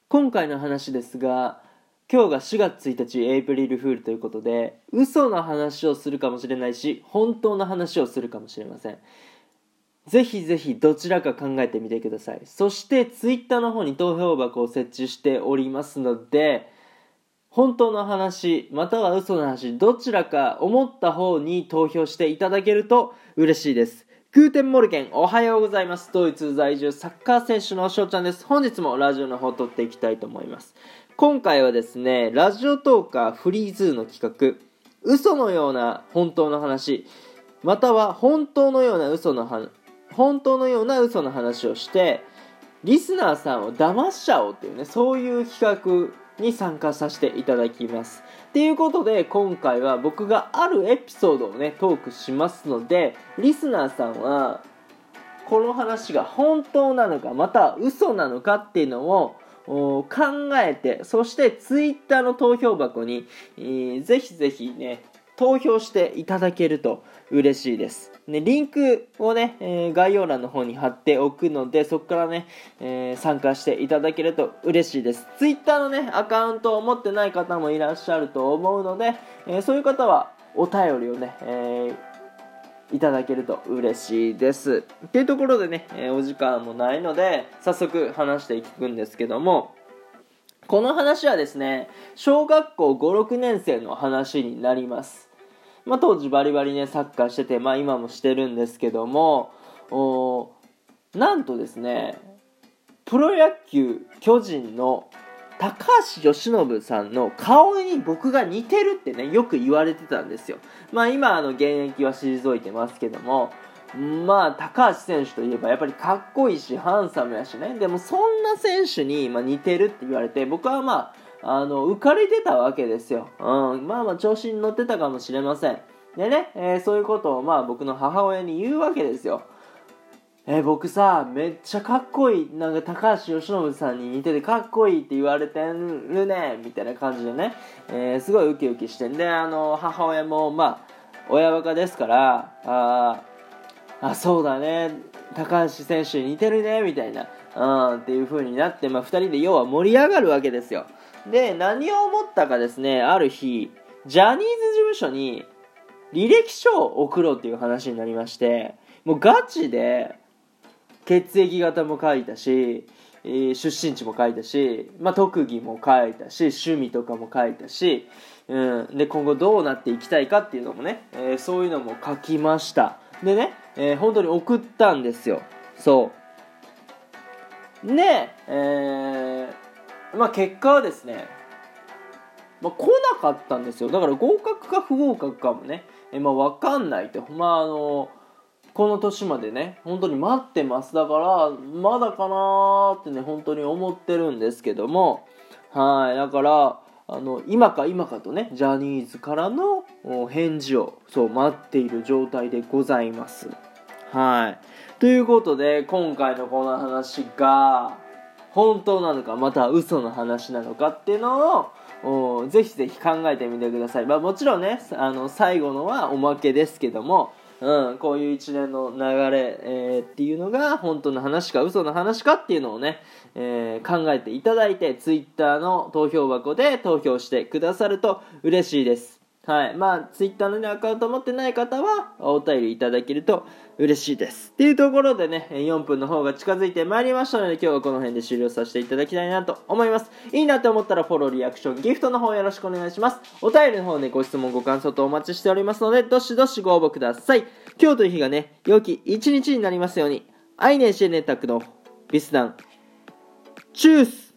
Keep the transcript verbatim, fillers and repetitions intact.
今回の話ですが、今日がしがつついたちエイプリルフールということで、嘘の話をするかもしれないし、本当の話をするかもしれません。ぜひぜひどちらか考えてみてください。そしてツイッターの方に投票箱を設置しておりますので、本当の話または嘘の話、どちらか思った方に投票していただけると嬉しいです。グーテンモルゲン、おはようございます。ドイツ在住サッカー選手の翔ちゃんです。本日もラジオの方を撮っていきたいと思います。今回はですね、ラジオトーカーフリーズーの企画、嘘のような本当の話、または本当のような嘘の話、本当のような嘘の話をして、リスナーさんを騙しちゃおうっていうね、そういう企画に参加させていただきます。ということで今回は僕があるエピソードをねトークしますので、リスナーさんはこの話が本当なのかまたは嘘なのかっていうのを考えて、そしてツイッターの投票箱に、えー、ぜひぜひね投票していただけると嬉しいです。ね、リンクをね、えー、概要欄の方に貼っておくので、そこからね、えー、参加していただけると嬉しいです。ツイッターのね、アカウントを持ってない方もいらっしゃると思うので、えー、そういう方はお便りをね、えー、いただけると嬉しいです。っていうところでね、えー、お時間もないので、早速話していくんですけども、この話はですね、小学校ご、ろくねん生の話になります。まあ、当時バリバリねサッカーしてて、まあ、今もしてるんですけども、おなんとですね、プロ野球巨人の高橋由伸さんの顔に僕が似てるってねよく言われてたんですよ。まあ今あの現役は退いてますけども、まあ高橋選手といえばやっぱりかっこいいしハンサムやしね、でもそんな選手にまあ似てるって言われて、僕はまああの浮かれてたわけですよ。うん、まあまあ調子に乗ってたかもしれません。でね、えー、そういうことをまあ僕の母親に言うわけですよ。えー、僕さめっちゃかっこいい、なんか高橋由伸さんに似ててかっこいいって言われてるねみたいな感じでね、えー、すごいウキウキしてんで、あの母親もまあ親バカですから、ああそうだね高橋選手に似てるねみたいな、うんっていう風になって、まあ、ふたりで要は盛り上がるわけですよ。で何を思ったかですね、ある日ジャニーズ事務所に履歴書を送ろうっていう話になりまして、もうガチで血液型も書いたし、えー、出身地も書いたし、まあ、特技も書いたし趣味とかも書いたし、うん、で今後どうなっていきたいかっていうのもね、えー、そういうのも書きました。でね、えー、本当に送ったんですよ。そうで、えー、まあ結果はですね、まあ、来なかったんですよ。だから合格か不合格かもね、えー、まあ分かんないと、まああのこの年までね本当に待ってます。だからまだかなーってね本当に思ってるんですけども、はい、だからあの今か今かとねジャニーズからの返事をそう待っている状態でございます。はい、ということで今回のこの話が本当なのかまたは嘘の話なのかっていうのをぜひぜひ考えてみてください。まあ、もちろんねあの最後のはおまけですけども、うん、こういう一連の流れ、えー、っていうのが本当の話か嘘の話かっていうのをね、えー、考えていただいてツイッターの投票箱で投票してくださると嬉しいです。はい、まあツイッターの、ね、アカウント持ってない方はお便りいただけると嬉しいですっていうところでね、よんぷんの方が近づいてまいりましたので、今日はこの辺で終了させていただきたいなと思います。いいなと思ったらフォロー、リアクション、ギフトの方よろしくお願いします。お便りの方でご質問ご感想とお待ちしておりますので、どしどしご応募ください。今日という日がね良き一日になりますように。アイネンシェネタクのビスダンチュース。